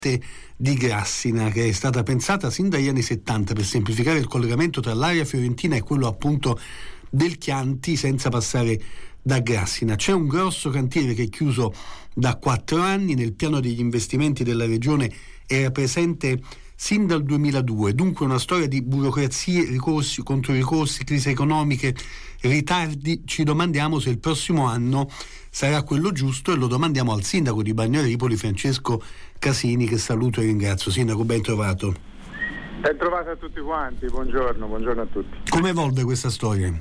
di Grassina, che è stata pensata sin dagli anni 70 per semplificare il collegamento tra l'area fiorentina e quello appunto del Chianti senza passare da Grassina. C'è un grosso cantiere che è chiuso da 4 anni, nel piano degli investimenti della regione era presente sin dal 2002, dunque una storia di burocrazie, ricorsi contro ricorsi, crisi economiche, ritardi. Ci domandiamo se il prossimo anno sarà quello giusto e lo domandiamo al sindaco di Bagnaripoli, Francesco Casini, che saluto e ringrazio. Sindaco, ben trovato. Ben trovato a tutti quanti, buongiorno a tutti. Come evolve questa storia?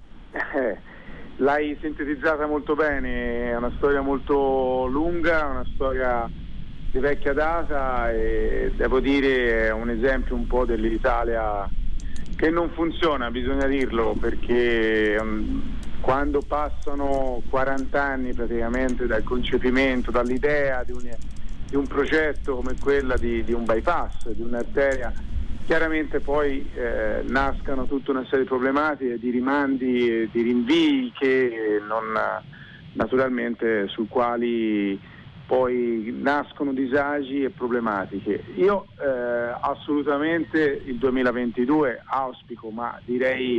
L'hai sintetizzata molto bene, è una storia molto lunga, una storia di vecchia data e devo dire è un esempio un po' dell'Italia che non funziona, bisogna dirlo, perché quando passano 40 anni praticamente dal concepimento, dall'idea di un progetto come quella di un bypass, di un'arteria, chiaramente poi nascano tutta una serie di problematiche, di rimandi e di rinvii che non, naturalmente, sui quali poi nascono disagi e problematiche. Io assolutamente il 2022 auspico, ma direi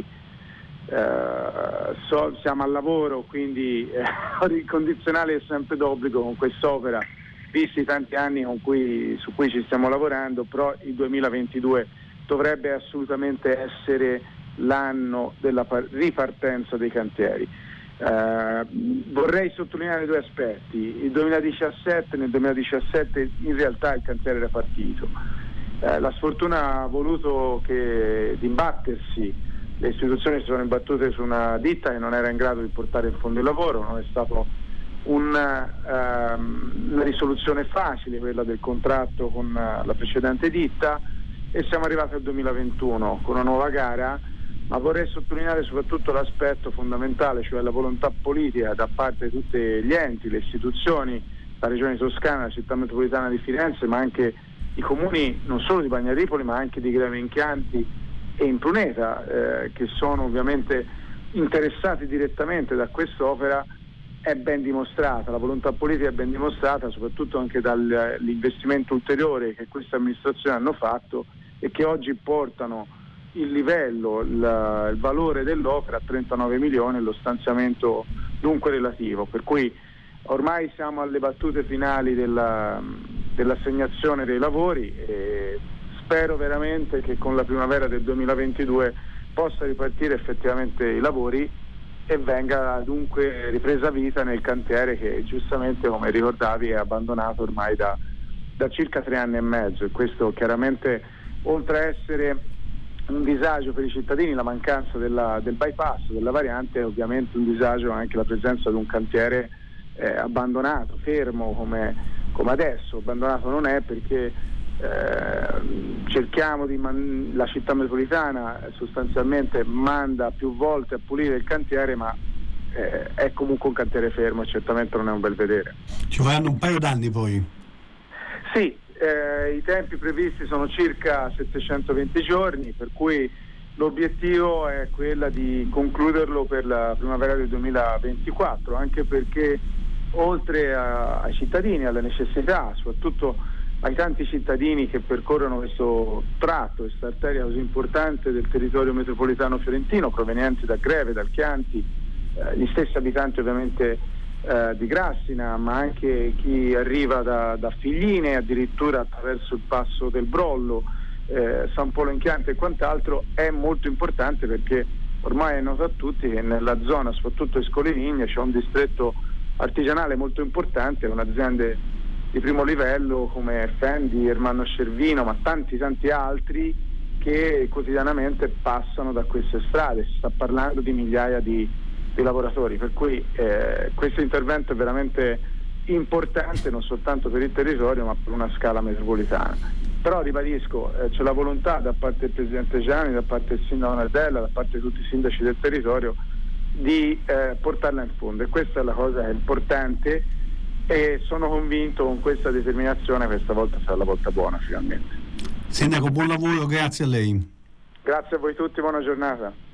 siamo al lavoro, quindi il condizionale è sempre d'obbligo con quest'opera, visti tanti anni su cui ci stiamo lavorando, però il 2022 dovrebbe assolutamente essere l'anno della ripartenza dei cantieri. Vorrei sottolineare 2 aspetti. Nel 2017 in realtà il cantiere era partito. La sfortuna ha voluto che di imbattersi, le istituzioni si sono imbattute su una ditta che non era in grado di portare in fondo il lavoro, non è stato una risoluzione facile quella del contratto con la precedente ditta, e siamo arrivati al 2021 con una nuova gara. Ma vorrei sottolineare soprattutto l'aspetto fondamentale, cioè la volontà politica da parte di tutti gli enti, le istituzioni, la Regione Toscana, la Città Metropolitana di Firenze, ma anche i comuni non solo di Bagnaripoli ma anche di Greve in Chianti e Impruneta, che sono ovviamente interessati direttamente da quest'opera. È ben dimostrata, la volontà politica è ben dimostrata soprattutto anche dall'investimento ulteriore che queste amministrazioni hanno fatto e che oggi portano il livello, il valore dell'opera a 39 milioni, lo stanziamento dunque relativo, per cui ormai siamo alle battute finali dell'assegnazione dei lavori e spero veramente che con la primavera del 2022 possa ripartire effettivamente i lavori e venga dunque ripresa vita nel cantiere che giustamente, come ricordavi, è abbandonato ormai da circa 3 anni e mezzo, e questo chiaramente, oltre a essere un disagio per i cittadini, la mancanza del bypass, della variante, è ovviamente un disagio anche la presenza di un cantiere abbandonato, fermo come adesso. Abbandonato non è, perché cerchiamo la città metropolitana sostanzialmente manda più volte a pulire il cantiere, ma è comunque un cantiere fermo e certamente non è un bel vedere. Ci vorranno un paio d'anni poi? Sì. I tempi previsti sono circa 720 giorni, per cui l'obiettivo è quella di concluderlo per la primavera del 2024, anche perché oltre ai cittadini, alle necessità, soprattutto ai tanti cittadini che percorrono questo tratto, questa arteria così importante del territorio metropolitano fiorentino, provenienti da Greve, dal Chianti, gli stessi abitanti ovviamente di Grassina, ma anche chi arriva da Figline, addirittura attraverso il passo del Brollo, San Polo in Chianti e quant'altro, è molto importante, perché ormai è noto a tutti che nella zona, soprattutto di Scolevigne, c'è un distretto artigianale molto importante, con aziende di primo livello come Fendi, Ermanno Cervino, ma tanti altri che quotidianamente passano da queste strade. Si sta parlando di migliaia di lavoratori, per cui questo intervento è veramente importante non soltanto per il territorio ma per una scala metropolitana. Però ribadisco, c'è la volontà da parte del Presidente Gianni, da parte del Sindaco Nardella, da parte di tutti i sindaci del territorio di portarla in fondo, e questa è la cosa importante, e sono convinto con questa determinazione questa volta sarà la volta buona finalmente. Sindaco, buon lavoro, grazie a lei. Grazie a voi tutti, buona giornata.